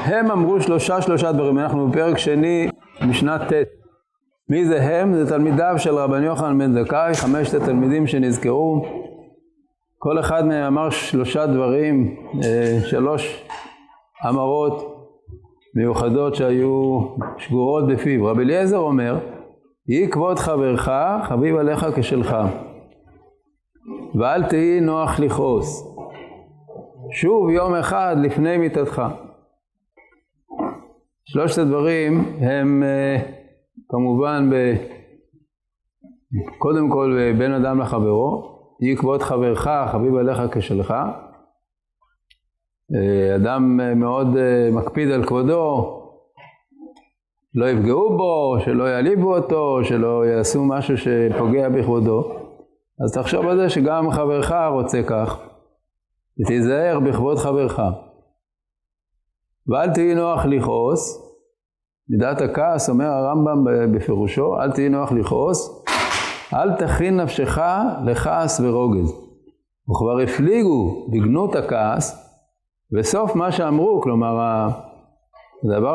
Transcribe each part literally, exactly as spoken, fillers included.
הם אמרו שלושה שלושה דברים. אנחנו בפרק שני, משנת ט'. מי זה הם? זה תלמידיו של רבן יוחנן בן זכאי, חמשת התלמידים שנזכרו. כל אחד מהם אמר שלושה דברים, שלוש אמרות מיוחדות שהיו שגורות בפיו. רבי אליעזר אומר, יהי כבוד חברך, חביב עליך כשלך, ואל תהי נוח לכעוס. שוב יום אחד לפני מיתתך. שלושת הדברים הם כמובן ב... קודם כל בין אדם לחברו, יהי כבוד חברך, חביב עליך כשלך. אדם מאוד מקפיד על כבודו, לא יפגעו בו, שלא יעליבו אותו, שלא יעשו משהו שפוגע בכבודו. אז תחשוב על זה שגם חברך רוצה כך, ותיזהר בכבוד חברך. ואל תהי נוח לכעוס. מידת הכעס, אומר הרמב"ם בפירושו, אל תהי נוח לכעוס, אל תכין נפשך לכעס ורוגז. וכבר הפליגו בגנות הכעס, וסוף מה שאמרו, כלומר, הדבר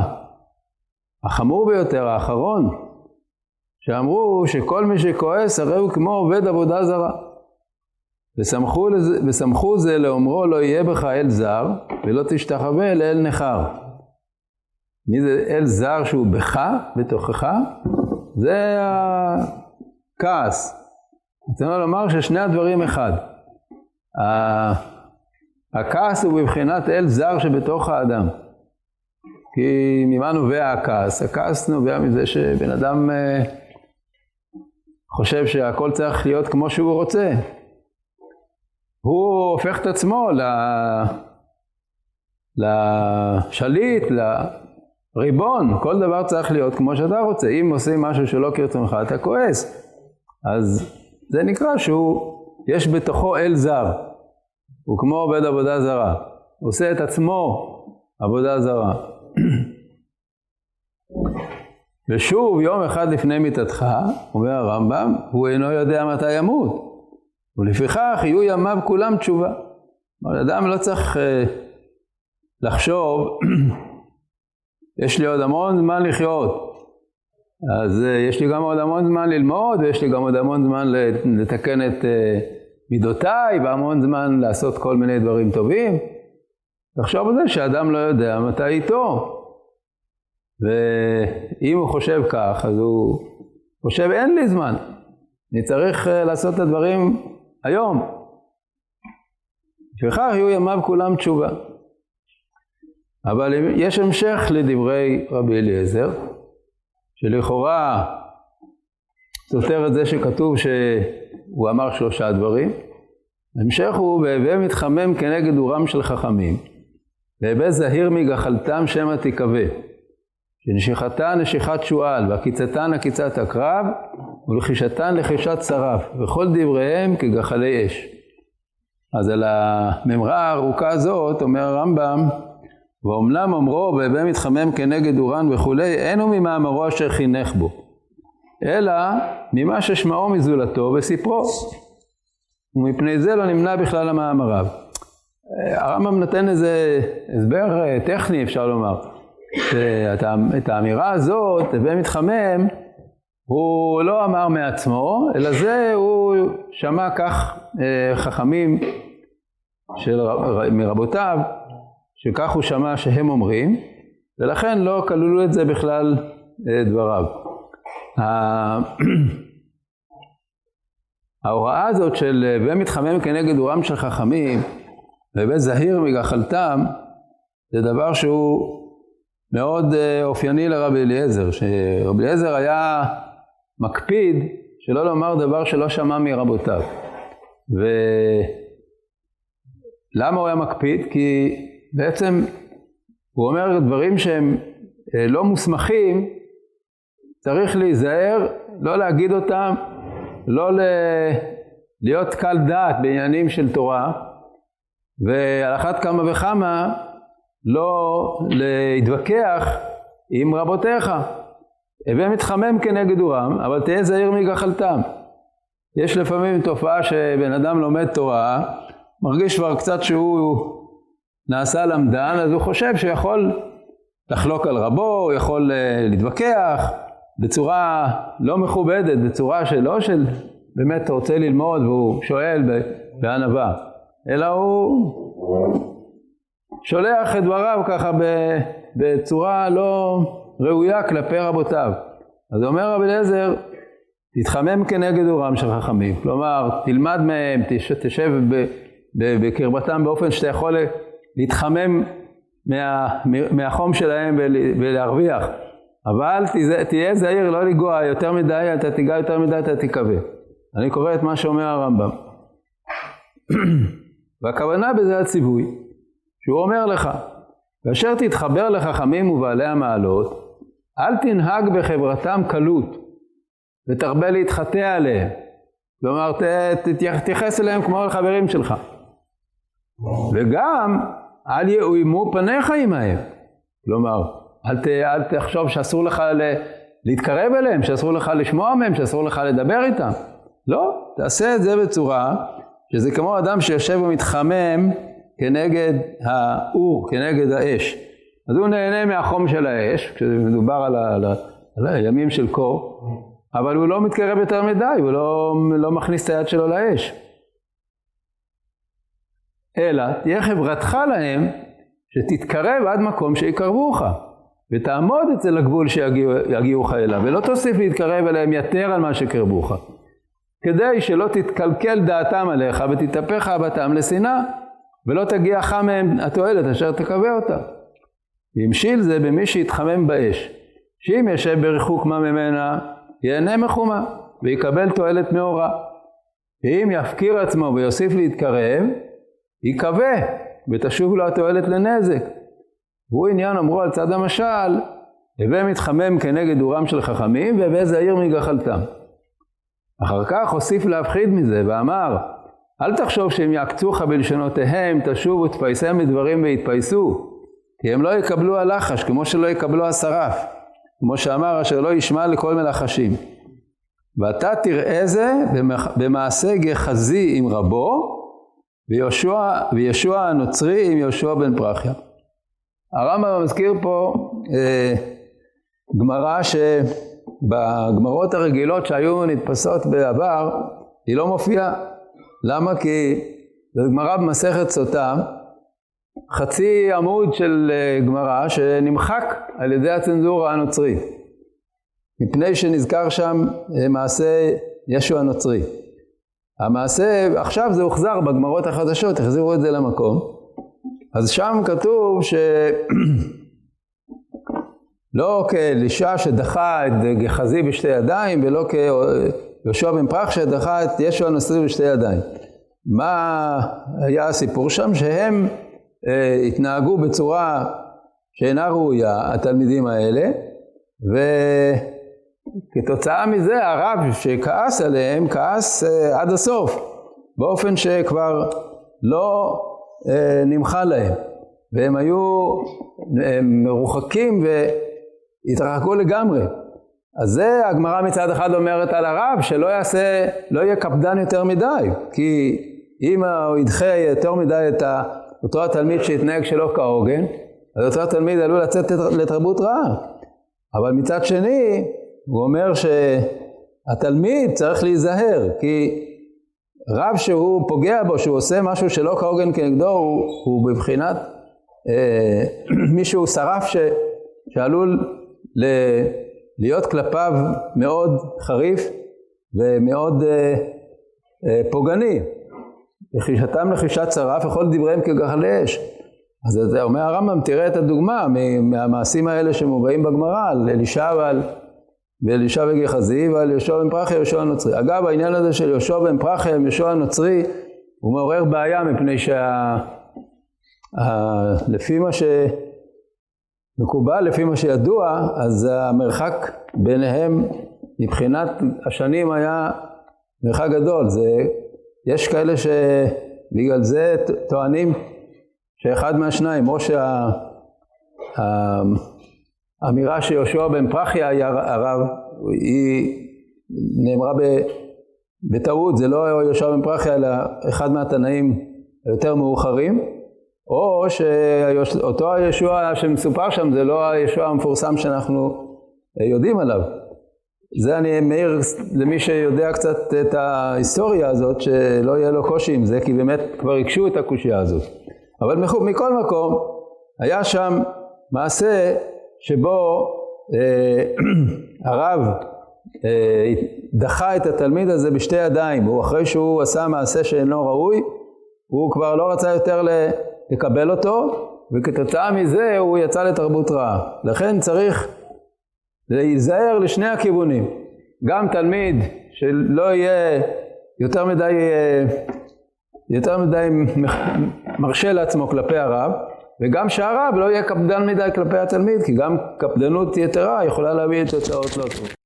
החמור ביותר, האחרון, שאמרו שכל מי שכועס הרי הוא כמו עובד עבודה זרה. וסמכו, לזה, וסמכו זה לאומרו לא יהיה בך אל זר, ולא תשתחווה לאל נחר. מי זה אל זר שהוא בך, בתוכך? זה הכעס. אני רוצה לומר ששני הדברים אחד. הכעס הוא בבחינת אל זר שבתוך האדם. כי ממה נובע הכעס? הכעס נובע מזה שבן אדם חושב שהכל צריך להיות כמו שהוא רוצה. הוא הופך את עצמו לשליט, לריבון. כל דבר צריך להיות כמו שאתה רוצה. אם עושים משהו שלא כרצונך, אתה כועס. אז זה נקרא שהוא, יש בתוכו אל זר. הוא כמו עובד עבודה זרה. הוא עושה את עצמו עבודה זרה. ושוב, יום אחד לפני מיתתך, אומר הרמב"ם, הוא אינו יודע מתי ימות. ולפיכך יהיו ימיו כולם תשובה. אבל אדם לא צריך uh, לחשוב, יש לי עוד המון זמן לחיות. אז uh, יש לי גם עוד המון זמן ללמוד, ויש לי גם עוד המון זמן לתקן את uh, מידותיי, והמון זמן לעשות כל מיני דברים טובים. לחשוב על זה שאדם לא יודע מתי איתו. ואם הוא חושב כך, אז הוא חושב אין לי זמן. אני צריך uh, לעשות את הדברים היום. וכך יהיו ימיו כולם תשובה. אבל יש המשך לדברי רבי אליעזר, שלכאורה סותר את זה שכתוב שהוא אמר שלושה דברים. המשך הוא, והווה מתחמם כנגד אורם של חכמים, והווה זהיר מגחלתם שמא תקווה, שנשיכתן נשיכת שועל, והקיצתן הקיצת הקרב, ולחישתן לחישת שרף, וכל דבריהם כגחלי אש. אז על הממרה הארוכה הזאת אומר הרמב"ם, ואומנם אומרו והווה מתחמם כנגד אורן וכולי, אין הוא ממאמרו אשר חינך בו, אלא ממה ששמעו מזולתו וסיפרו, ומפני זה לא נמנע בכלל המאמריו. הרמב"ם נותן איזה הסבר טכני, אפשר לומר, שאת האמירה הזאת, והווה מתחמם, הוא לא אמר מעצמו, אלא זה הוא שמע כך חכמים של מרבותיו, שכך הוא שמע שהם אומרים, ולכן לא כללו את זה בכלל דבריו. ההוראה הזאת של והווה מתחמם כנגד אורם של חכמים, והווה זהיר מגחלתם, זה דבר שהוא מאוד אופייני לרבי אליעזר, שרבי אליעזר היה מקפיד שלא לומר דבר שלא שמע מרבותיו. ולמה הוא היה מקפיד? כי בעצם הוא אומר דברים שהם לא מוסמכים, צריך להיזהר, לא להגיד אותם, לא להיות קל דעת בעניינים של תורה, ועל אחת כמה וכמה לא להתווכח עם רבותיך. הווה מתחמם כנגד אורם, אבל תהיה זהיר מגחלתם. יש לפעמים תופעה שבן אדם לומד תורה, מרגיש כבר קצת שהוא נעשה למדן, אז הוא חושב שיכול לחלוק על רבו, הוא יכול להתווכח בצורה לא מכובדת, בצורה שלא של באמת רוצה ללמוד והוא שואל בענווה, אלא הוא שולח את דבריו ככה בצורה לא ראויה כלפי רבותיו. אז אומר רבי אליעזר, תתחמם כנגד אורם של חכמים, כלומר תלמד מהם, תשב בקרבתם באופן שאתה יכול להתחמם מה, מהחום שלהם ולהרוויח, אבל תהיה זהיר לא לגוע יותר מדי, אתה תיגע יותר מדי, אתה תקווה. אני קורא את מה שאומר הרמב"ם. והכוונה בזה הציווי, שהוא אומר לך, כאשר תתחבר לחכמים ובעלי המעלות, אל תנהג בחברתם קלות, ותרבה להתחטא עליהם. כלומר, תתייחס אליהם כמו לחברים שלך. וגם, אל יאוימו פניך עמהם. כלומר, אל, ת, אל תחשוב שאסור לך ל, להתקרב אליהם, שאסור לך לשמוע מהם, שאסור לך לדבר איתם. לא, תעשה את זה בצורה, שזה כמו אדם שיושב ומתחמם כנגד האור, כנגד האש. אז הוא נהנה מהחום של האש, כשמדובר על, על, על הימים של קור, אבל הוא לא מתקרב יותר מדי, הוא לא, לא מכניס את היד שלו לאש. אלא תהיה חברתך להם שתתקרב עד מקום שיקרבוך, ותעמוד אצל הגבול שיגיעוך אליו, ולא תוסיף להתקרב אליהם יותר על מה שקרבוך, כדי שלא תתקלקל דעתם עליך ותתהפך אהבתם לשנאה, ולא תגיע חם מהם התועלת אשר תקווה אותה. ימשיל זה במי שיתחמם באש, שאם ישב בריחוק מה ממנה, ייהנה מחומה, ויקבל תועלת מאורה. ואם יפקיר עצמו ויוסיף להתקרב, יקווה, ותשוב לו התועלת לנזק. והוא עניין אמרו על צד המשל, הווה מתחמם כנגד אורם של חכמים, והווה זהיר מגחלתם. אחר כך הוסיף להפחיד מזה, ואמר, אל תחשוב שהם יעקצוך בלשונותיהם, תשוב ותפייסם מדברים ויתפייסו, כי הם לא יקבלו הלחש, כמו שלא יקבלו השרף, כמו שאמר, אשר לא ישמע לכל מלחשים. ואתה תראה זה במעשה גחזי עם רבו, וישוע, וישוע הנוצרי עם יהושע בן פרחיה. הרמב"ם מזכיר פה אה, גמרא שבגמרות הרגילות שהיו נתפסות בעבר, היא לא מופיעה. למה? כי זו גמרא במסכת סוטה, חצי עמוד של גמרא שנמחק על ידי הצנזורה הנוצרי, מפני שנזכר שם מעשה ישוע הנוצרי. המעשה, עכשיו זה הוחזר בגמרות החדשות, החזירו את זה למקום. אז שם כתוב ש... לא כאלישע שדחה את גחזי בשתי ידיים, ולא כיהושע בן פרחיה שדחה את ישוע הנוצרי בשתי ידיים. מה היה הסיפור שם? שהם אה, התנהגו בצורה שאינה ראויה, התלמידים האלה, וכתוצאה מזה הרב שכעס עליהם, כעס אה, עד הסוף, באופן שכבר לא אה, נמחה להם, והם היו אה, מרוחקים והתרחקו לגמרי. אז זה הגמרא מצד אחד אומרת על הרב, שלא יעשה, לא יהיה קפדן יותר מדי, כי אם הוא ידחה יותר מדי את אותו התלמיד שהתנהג שלא כהוגן, אז אותו התלמיד עלול לצאת לתרבות רעה. אבל מצד שני, הוא אומר שהתלמיד צריך להיזהר, כי רב שהוא פוגע בו, שהוא עושה משהו שלא כהוגן כנגדו, הוא, הוא בבחינת אה, מישהו שרף ש, שעלול ל, להיות כלפיו מאוד חריף ומאוד אה, אה, פוגעני. לחישתם לחישת שרף, וכל דבריהם כגחלי אש. אז זה אומר הרמב"ם, תראה את הדוגמה מהמעשים האלה שמובאים בגמרא, על אלישע ועל אלישע וגחזי ועל יהושע בן פרחיה ויהושע הנוצרי. אגב, העניין הזה של יהושע בן פרחיה ויהושע הנוצרי, הוא מעורר בעיה מפני שה... לפי מה שמקובל, לפי מה שידוע, אז המרחק ביניהם מבחינת השנים היה מרחק גדול. זה... יש כאלה שבגלל זה טוענים שאחד מהשניים, או שהאמירה שיהושע בן פרחיה היה הרב, היא נאמרה בטעות, זה לא יהושע בן פרחיה, אלא אחד מהתנאים היותר מאוחרים, או שאותו הישוע שמסופר שם זה לא הישוע המפורסם שאנחנו יודעים עליו. זה אני מעיר למי שיודע קצת את ההיסטוריה הזאת, שלא יהיה לו קושי עם זה, כי באמת כבר הקשו את הקושיה הזאת. אבל מכל מקום, היה שם מעשה שבו אה, הרב אה, דחה את התלמיד הזה בשתי ידיים. הוא אחרי שהוא עשה מעשה שאינו ראוי, הוא כבר לא רצה יותר לקבל אותו, וכתוצאה מזה הוא יצא לתרבות רעה. לכן צריך להיזהר לשני הכיוונים. גם תלמיד שלא יהיה יותר מדי, יותר מדי מרשה לעצמו כלפי הרב, וגם שהרב לא יהיה קפדן מדי כלפי התלמיד, כי גם קפדנות יתרה יכולה להביא את תוצאות לא טובות.